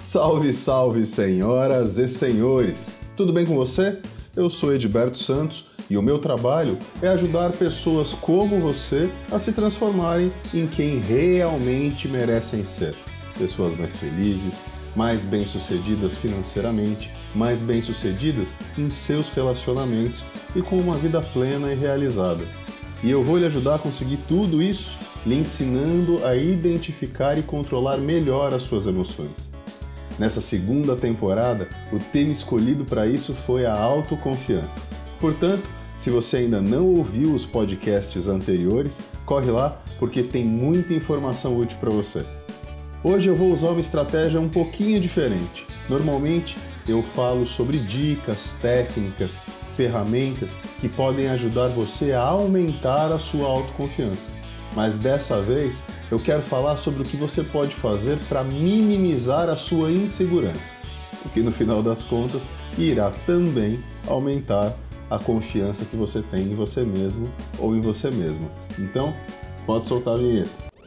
Salve, salve, senhoras e senhores! Tudo bem com você? Eu sou Edberto Santos e o meu trabalho é ajudar pessoas como você a se transformarem em quem realmente merecem ser. Pessoas mais felizes, mais bem-sucedidas financeiramente, mais bem-sucedidas em seus relacionamentos e com uma vida plena e realizada. E eu vou lhe ajudar a conseguir tudo isso, lhe ensinando a identificar e controlar melhor as suas emoções. Nessa segunda temporada, o tema escolhido para isso foi a autoconfiança. Portanto, se você ainda não ouviu os podcasts anteriores, corre lá porque tem muita informação útil para você. Hoje eu vou usar uma estratégia um pouquinho diferente. Normalmente eu falo sobre dicas, técnicas, ferramentas que podem ajudar você a aumentar a sua autoconfiança. Mas dessa vez eu quero falar sobre o que você pode fazer para minimizar a sua insegurança, o que no final das contas irá também aumentar a confiança que você tem em você mesmo ou em você mesma. Então, pode soltar a vinheta.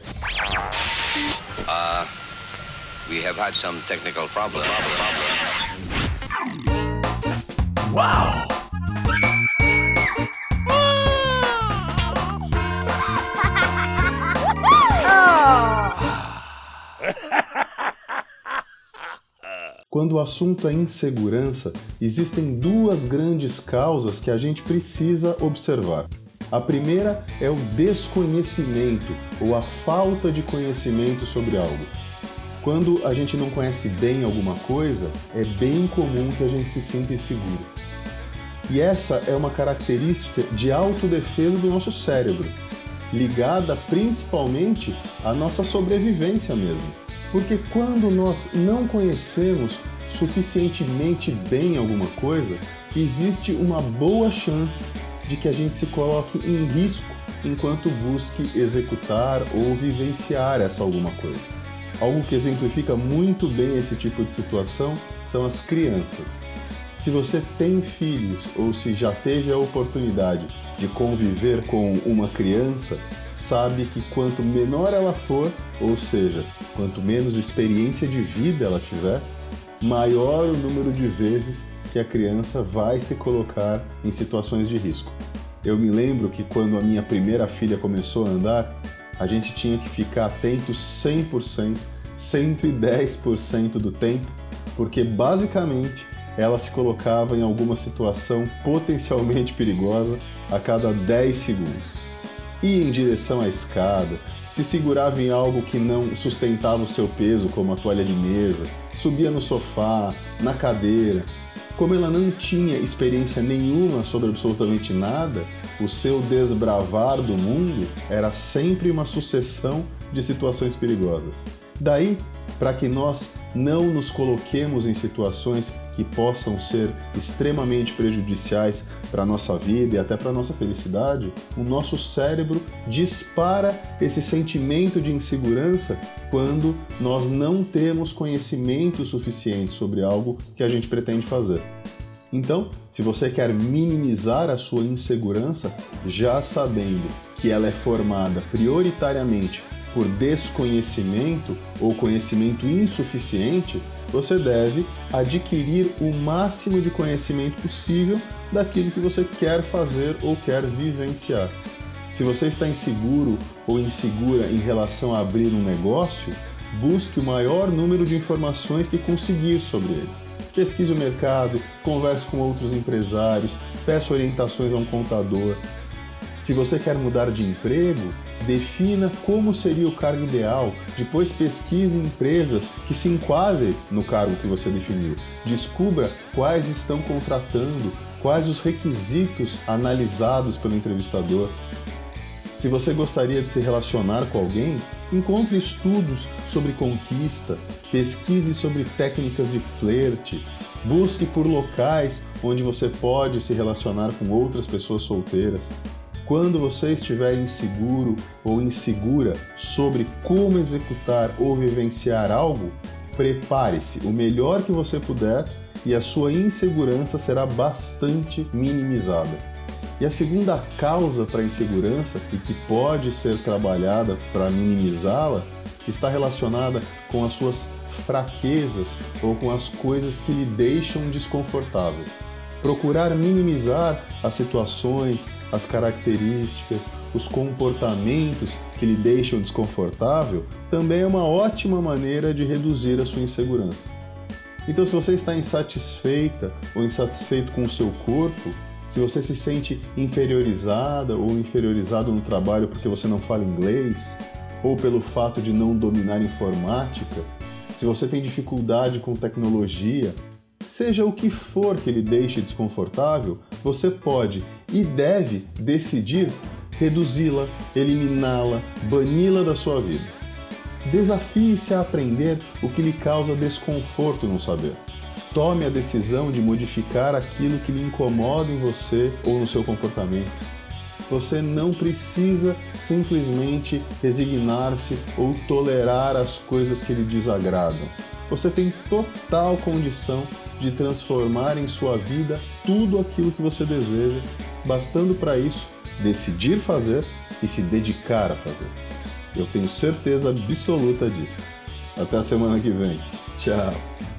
We have had some technical problems. Wow! Quando o assunto é insegurança, existem duas grandes causas que a gente precisa observar. A primeira é o desconhecimento ou a falta de conhecimento sobre algo. Quando a gente não conhece bem alguma coisa, é bem comum que a gente se sinta inseguro. E essa é uma característica de autodefesa do nosso cérebro, ligada principalmente à nossa sobrevivência mesmo. Porque quando nós não conhecemos suficientemente bem alguma coisa, existe uma boa chance de que a gente se coloque em risco enquanto busque executar ou vivenciar essa alguma coisa. Algo que exemplifica muito bem esse tipo de situação são as crianças. Se você tem filhos ou se já teve a oportunidade de conviver com uma criança, sabe que quanto menor ela for, ou seja, quanto menos experiência de vida ela tiver, maior o número de vezes que a criança vai se colocar em situações de risco. Eu me lembro que quando a minha primeira filha começou a andar, a gente tinha que ficar atento 100%, 110% do tempo, porque basicamente ela se colocava em alguma situação potencialmente perigosa a cada 10 segundos. Ia em direção à escada, se segurava em algo que não sustentava o seu peso, como a toalha de mesa, subia no sofá, na cadeira. Como ela não tinha experiência nenhuma sobre absolutamente nada, o seu desbravar do mundo era sempre uma sucessão de situações perigosas. Daí, para que nós não nos coloquemos em situações que possam ser extremamente prejudiciais para a nossa vida e até para a nossa felicidade, o nosso cérebro dispara esse sentimento de insegurança quando nós não temos conhecimento suficiente sobre algo que a gente pretende fazer. Então, se você quer minimizar a sua insegurança, já sabendo que ela é formada prioritariamente por desconhecimento ou conhecimento insuficiente, você deve adquirir o máximo de conhecimento possível daquilo que você quer fazer ou quer vivenciar. Se você está inseguro ou insegura em relação a abrir um negócio, busque o maior número de informações que conseguir sobre ele. Pesquise o mercado, converse com outros empresários, peça orientações a um contador. Se você quer mudar de emprego, defina como seria o cargo ideal, depois pesquise empresas que se enquadrem no cargo que você definiu. Descubra quais estão contratando, quais os requisitos analisados pelo entrevistador. Se você gostaria de se relacionar com alguém, encontre estudos sobre conquista, pesquise sobre técnicas de flerte, busque por locais onde você pode se relacionar com outras pessoas solteiras. Quando você estiver inseguro ou insegura sobre como executar ou vivenciar algo, prepare-se o melhor que você puder e a sua insegurança será bastante minimizada. E a segunda causa para a insegurança e que pode ser trabalhada para minimizá-la está relacionada com as suas fraquezas ou com as coisas que lhe deixam desconfortável. Procurar minimizar as situações, as características, os comportamentos que lhe deixam desconfortável também é uma ótima maneira de reduzir a sua insegurança. Então, se você está insatisfeita ou insatisfeito com o seu corpo, se você se sente inferiorizada ou inferiorizado no trabalho porque você não fala inglês, ou pelo fato de não dominar informática, se você tem dificuldade com tecnologia, seja o que for que lhe deixe desconfortável, você pode e deve decidir reduzi-la, eliminá-la, bani-la da sua vida. Desafie-se a aprender o que lhe causa desconforto no saber. Tome a decisão de modificar aquilo que lhe incomoda em você ou no seu comportamento. Você não precisa simplesmente resignar-se ou tolerar as coisas que lhe desagradam. Você tem total condição de transformar em sua vida tudo aquilo que você deseja, bastando para isso decidir fazer e se dedicar a fazer. Eu tenho certeza absoluta disso. Até a semana que vem. Tchau!